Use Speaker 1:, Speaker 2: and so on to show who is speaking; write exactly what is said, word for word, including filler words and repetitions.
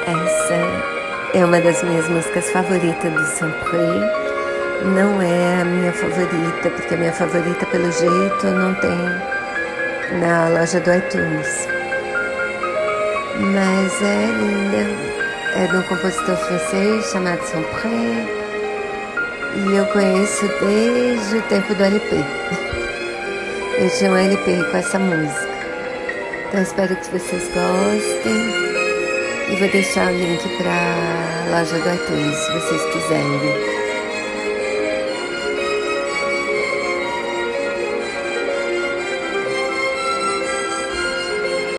Speaker 1: Essa é uma das minhas músicas favoritas do Saint-Prix. Não é a minha favorita, porque a minha favorita, pelo jeito, não tem na loja do iTunes. Mas é linda. É de um compositor francês chamado Saint-Prix. E eu conheço desde o tempo do L P. Eu tinha um L P com essa música. Então espero que vocês gostem. E vou deixar o link para a loja do iTunes, se vocês quiserem.